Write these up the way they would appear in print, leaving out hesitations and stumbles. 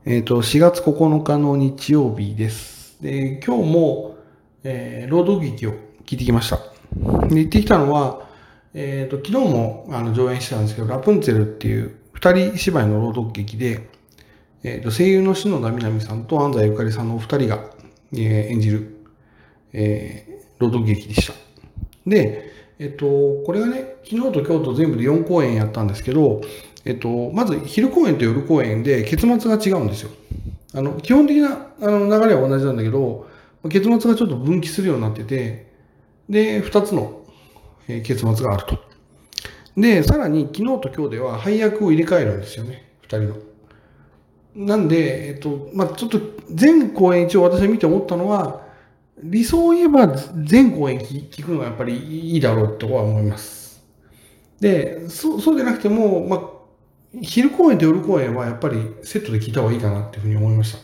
4月9日の日曜日です。で、今日も、朗読劇を聞いてきました。で、行ってきたのは、昨日も上演してたんですけど、ラプンツェルっていう二人芝居の朗読劇で、声優の篠田みなみさんと安西ゆかりさんのお二人が、演じる、朗読劇でした。で、これがね、昨日と今日と全部で4公演やったんですけど、まず昼公演と夜公演で結末が違うんですよ。基本的な流れは同じなんだけど、結末がちょっと分岐するようになってて、で、2つの結末があると。で、さらに昨日と今日では配役を入れ替えるんですよね、2人の。なんで、ちょっと全公演一応私が見て思ったのは、理想を言えば全公演聞くのがやっぱりいいだろうとは思います。で、そうじゃなくても、昼公演と夜公演はやっぱりセットで聞いた方がいいかなっていうふうに思いました。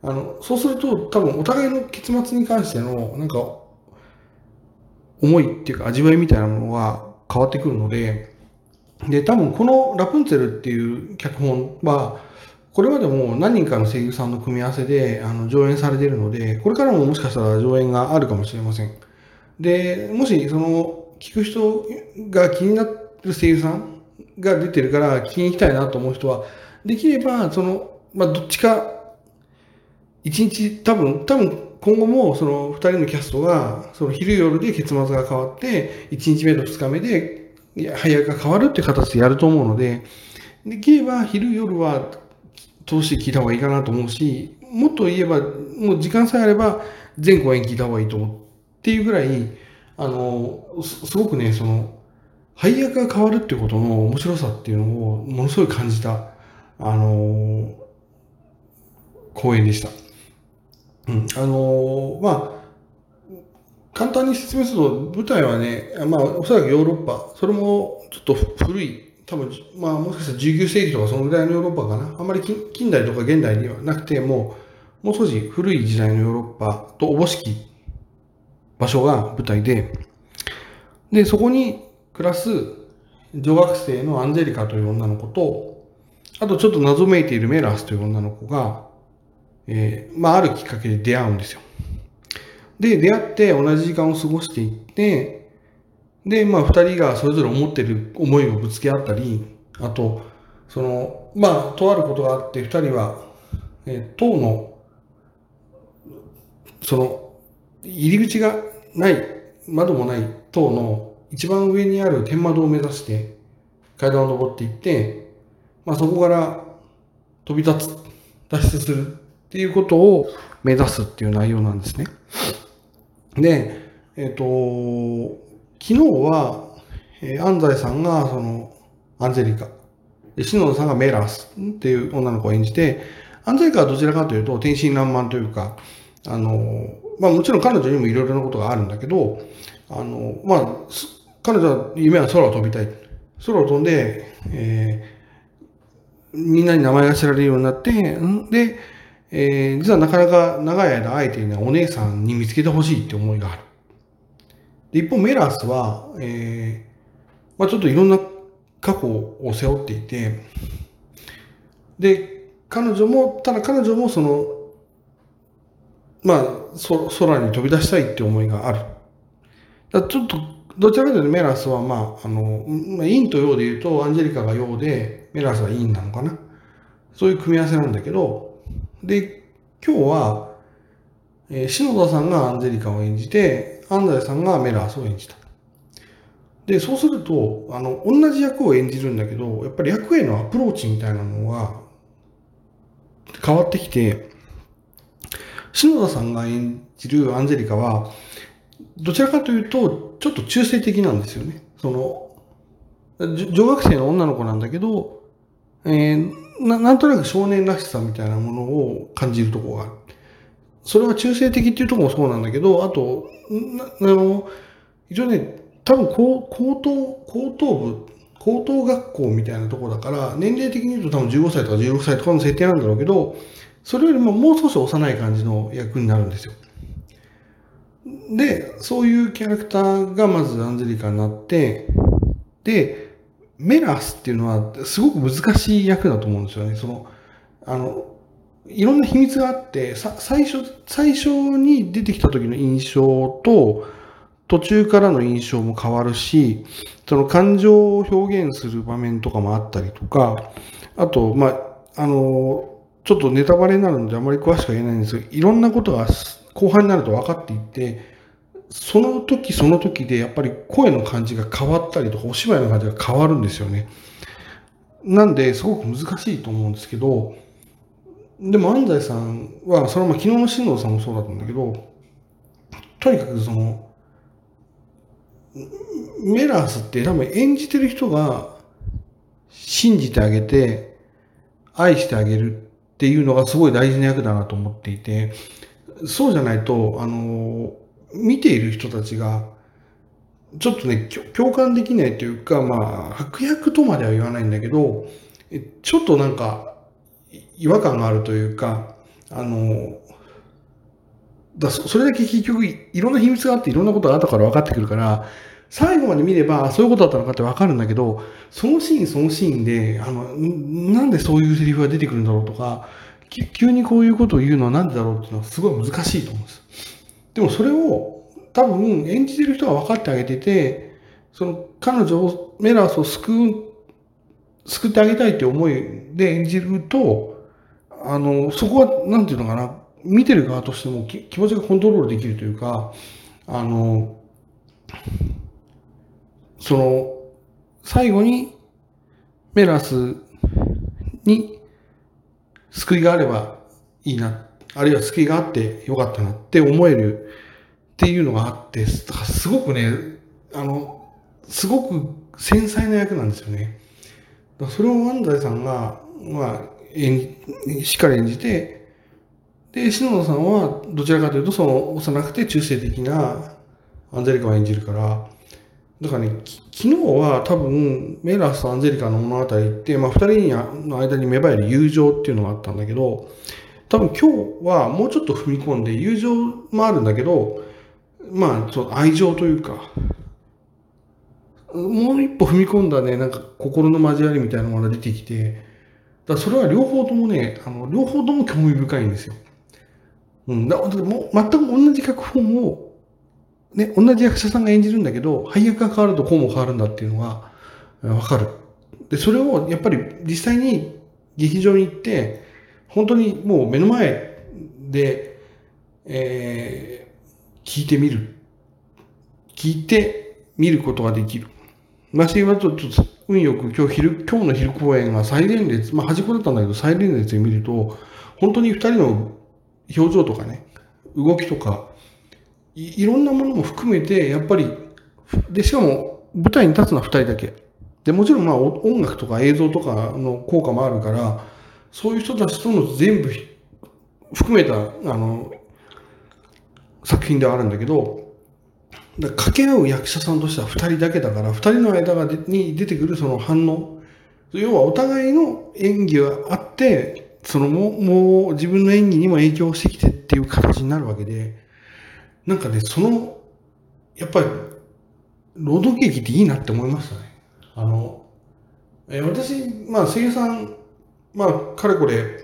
そうすると多分お互いの結末に関してのなんか思いっていうか味わいみたいなものが変わってくるので、多分このラプンツェルっていう脚本は、これまでも何人かの声優さんの組み合わせで上演されているので、これからももしかしたら上演があるかもしれません。で、もしその聞く人が気になってる声優さんが出てるから聞きに行きたいなと思う人は、できればどっちか一日今後もその二人のキャストがその昼夜で結末が変わって1日目と2日目で配役が変わるっていう形でやると思うので、できれば昼夜は通して聞いた方がいいかなと思うし、もっと言えばもう時間さえあれば全公演聞いた方がいいと思うっていうぐらいすごくね、その配役が変わるっていうことの面白さっていうのをものすごい感じた公演でした。簡単に説明すると、舞台はね、おそらくヨーロッパ、それもちょっと古い、多分、もしかしたら19世紀とかそのぐらいのヨーロッパかな。あんまり近代とか現代ではなくて、もう少し古い時代のヨーロッパとおぼしき場所が舞台で、そこに暮らす女学生のアンジェリカという女の子と、あとちょっと謎めいているメラスという女の子が、あるきっかけで出会うんですよ。で、出会って同じ時間を過ごしていって、で、二人がそれぞれ思っている思いをぶつけ合ったり、あと、とあることがあって、二人は、塔の、入り口がない、窓もない塔の一番上にある天窓を目指して階段を登っていって、そこから飛び立つ、脱出するっていうことを目指すっていう内容なんですね。で、昨日は、安西さんがそのアンジェリカ、篠田さんがメラスっていう女の子を演じて、アンジェリカはどちらかというと天真爛漫というか、もちろん彼女にもいろいろなことがあるんだけど、彼女は夢は空を飛びたい。空を飛んで、みんなに名前が知られるようになって、で、実はなかなか長い間会えていないお姉さんに見つけてほしいって思いがある。で一方、メラスは、ちょっといろんな過去を背負っていて、で、彼女もその、空に飛び出したいって思いがある。だちょっと、どちらかというとメラスは、陰と陽で言うと、アンジェリカが陽で、メラスは陰なのかな。そういう組み合わせなんだけど、で、今日は、篠田さんがアンジェリカを演じて、安西さんがメラスを演じた。で、そうすると、同じ役を演じるんだけど、やっぱり役へのアプローチみたいなのが変わってきて、篠田さんが演じるアンジェリカは、どちらかというと、ちょっと中性的なんですよね。女学生の女の子なんだけど、なんとなく少年らしさみたいなものを感じるところがある。それは中性的っていうところもそうなんだけど、あと、一応ね、多分高等学校みたいなところだから、年齢的に言うと多分15歳とか16歳とかの設定なんだろうけど、それよりももう少し幼い感じの役になるんですよ。で、そういうキャラクターがまずアンジェリカになって、で、メラスっていうのはすごく難しい役だと思うんですよね。 いろんな秘密があって、最初に出てきた時の印象と、途中からの印象も変わるし、その感情を表現する場面とかもあったりとか、あと、ちょっとネタバレになるのであまり詳しくは言えないんですが、いろんなことが後半になると分かっていって、その時その時でやっぱり声の感じが変わったりとか、お芝居の感じが変わるんですよね。なんで、すごく難しいと思うんですけど、でも安西さんは、それは昨日の新藤さんもそうだったんだけど、とにかくその、メラースって多分演じてる人が信じてあげて、愛してあげるっていうのがすごい大事な役だなと思っていて、そうじゃないと、見ている人たちが、ちょっとね、共感できないというか、悪役とまでは言わないんだけど、ちょっとなんか、違和感があるというか、それだけ結局いろんな秘密があっていろんなことが後から分かってくるから、最後まで見ればそういうことだったのかって分かるんだけど、そのシーンで、なんでそういうセリフが出てくるんだろうとか、急にこういうことを言うのはなんでだろうっていうのはすごい難しいと思うんです。でもそれを多分演じてる人が分かってあげてて、その彼女を、メラースを救ってあげたいって思いで演じると、そこは、なんていうのかな、見てる側としても気持ちがコントロールできるというか、あの、その、最後にメラスに救いがあればいいな、あるいは救いがあってよかったなって思えるっていうのがあって、すごくね、すごく繊細な役なんですよね。それを安西さんが、しっかり演じて、で、篠田さんはどちらかというと、その幼くて中性的なアンジェリカを演じるから、だからね、昨日は多分、メラスとアンジェリカの物語って、二人の間に芽生える友情っていうのがあったんだけど、多分今日はもうちょっと踏み込んで、友情もあるんだけど、その愛情というか、もう一歩踏み込んだね、なんか心の交わりみたいなものが出てきて、それは両方ともね、両方とも興味深いんですよ。もう全く同じ脚本を、ね、同じ役者さんが演じるんだけど、配役が変わるとこうも変わるんだっていうのがわかる。で、それをやっぱり実際に劇場に行って、本当にもう目の前で、聞いてみる。聞いてみることができる。まして言うと、ちょっと運よく今日の昼公演が最前列、端っこだったんだけど、最前列で見ると、本当に二人の表情とかね、動きとか、いろんなものも含めて、やっぱり、で、しかも舞台に立つのは二人だけ。で、もちろん音楽とか映像とかの効果もあるから、そういう人たちとの全部含めた、作品ではあるんだけど、掛け合う役者さんとしては二人だけだから、二人の間に出てくるその反応。要はお互いの演技があって、もう自分の演技にも影響してきてっていう形になるわけで、なんかね、やっぱり、朗読劇っていいなって思いましたね。私、声優さん、かれこれ、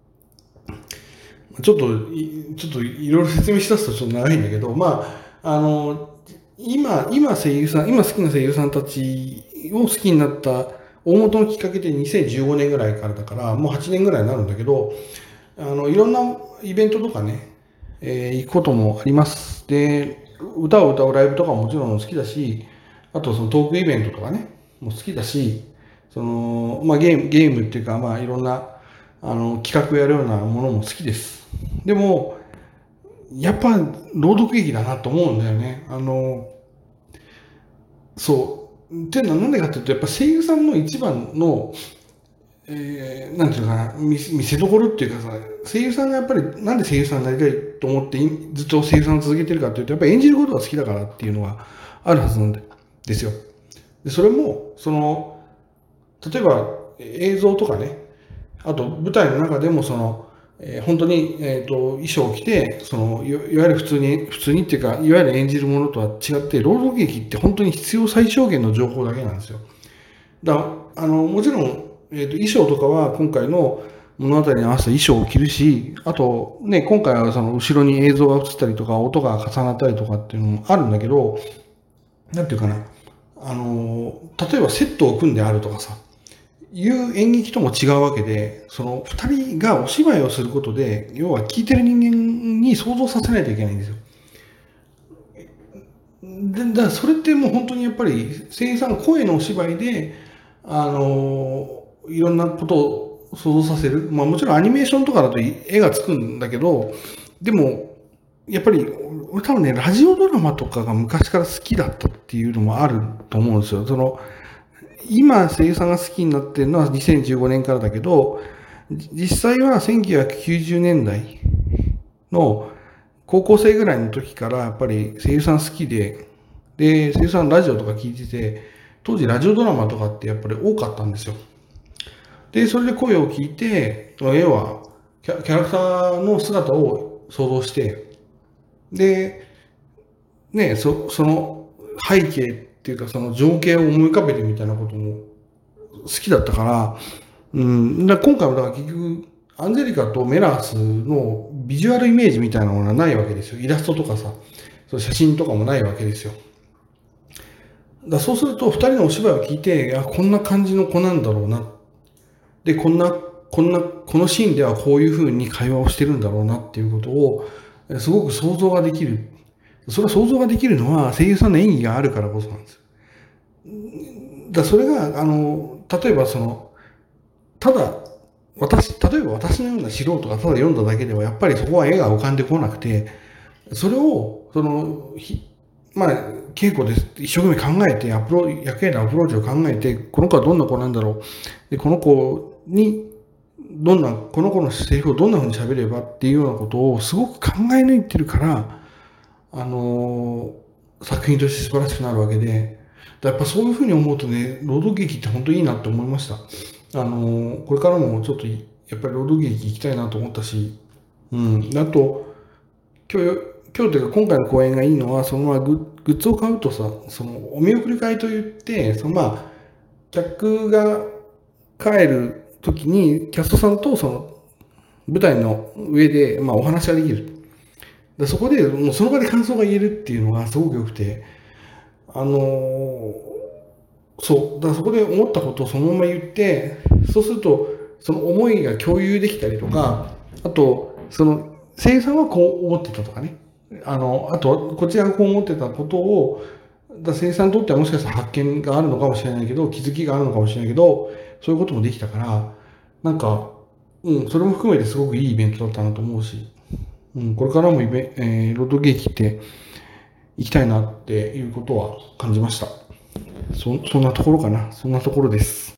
ちょっといろいろ説明しだすとちょっと長いんだけど、今好きな声優さんたちを好きになった大元のきっかけで2015年ぐらいからだから、もう8年ぐらいになるんだけど、いろんなイベントとかね、行くこともあります。で、歌を歌うライブとかももちろん好きだし、あとそのトークイベントとかね、も好きだし、ゲームっていうか、いろんな、企画やるようなものも好きです。でも、やっぱ朗読劇だなと思うんだよね。そう。っていうのはなんでかっていうと、やっぱ声優さんの一番の、なんていうかな、見せどころっていうかさ、声優さんがやっぱりなんで声優さんになりたいと思ってずっと声優さんを続けてるかっていうと、やっぱり演じることが好きだからっていうのがあるはずなんですよ。で、それも、例えば映像とかね、あと舞台の中でも本当に、衣装を着て、いわゆる普通にっていうか、いわゆる演じるものとは違って、朗読劇って本当に必要最小限の情報だけなんですよ。もちろん、衣装とかは今回の物語に合わせた衣装を着るし、あとね、今回はその後ろに映像が映ったりとか、音が重なったりとかっていうのもあるんだけど、なんていうかな、例えばセットを組んであるとかさ、いう演劇とも違うわけで、その二人がお芝居をすることで、要は聞いてる人間に想像させないといけないんですよ。で、だからそれってもう本当にやっぱり声優さんの声のお芝居で、いろんなことを想像させる。まあもちろんアニメーションとかだと絵がつくんだけど、でも、やっぱり、俺多分ね、ラジオドラマとかが昔から好きだったっていうのもあると思うんですよ。今声優さんが好きになってるのは2015年からだけど、実際は1990年代の高校生ぐらいの時からやっぱり声優さん好きで、で、声優さんラジオとか聞いてて、当時ラジオドラマとかってやっぱり多かったんですよ。で、それで声を聞いて、要はキャラクターの姿を想像して、で、ね、その背景っていうかその情景を思い浮かべてみたいなことも好きだったから、今回もだから結局、アンジェリカとメラースのビジュアルイメージみたいなものはないわけですよ。イラストとかさ、そう写真とかもないわけですよ。そうすると、二人のお芝居を聞いて、こんな感じの子なんだろうな。で、このシーンではこういう風に会話をしてるんだろうなっていうことを、すごく想像ができる。それは想像ができるのは声優さんの演技があるからこそなんですよ。それが、例えばただ、例えば私のような素人がただ読んだだけでは、やっぱりそこは絵が浮かんでこなくて、それを、まあ、稽古で一生懸命考えて、役へのアプローチを考えて、この子はどんな子なんだろう。で、この子のセリフをどんな風に喋ればっていうようなことをすごく考え抜いてるから、作品として素晴らしくなるわけで、やっぱそういうふうに思うとね、朗読劇って本当にいいなって思いました。これからもちょっとやっぱり朗読劇行きたいなと思ったし、あと、今日、今日というか今回の公演がいいのは、グッズを買うとさ、お見送り会といって、客が帰る時に、キャストさんと舞台の上で、お話ができる。そこで、もうその場で感想が言えるっていうのがすごく良くて、あのーそこで思ったことをそのまま言って、そうすると、その思いが共有できたりとか、あと、声優さんはこう思ってたとかね。あと、こちらがこう思ってたことを、声優さんにとってはもしかしたら発見があるのかもしれないけど、気づきがあるのかもしれないけど、そういうこともできたから、それも含めてすごくいいイベントだったなと思うし、これからもロード劇って行きたいなっていうことは感じました。そんなところかな。そんなところです。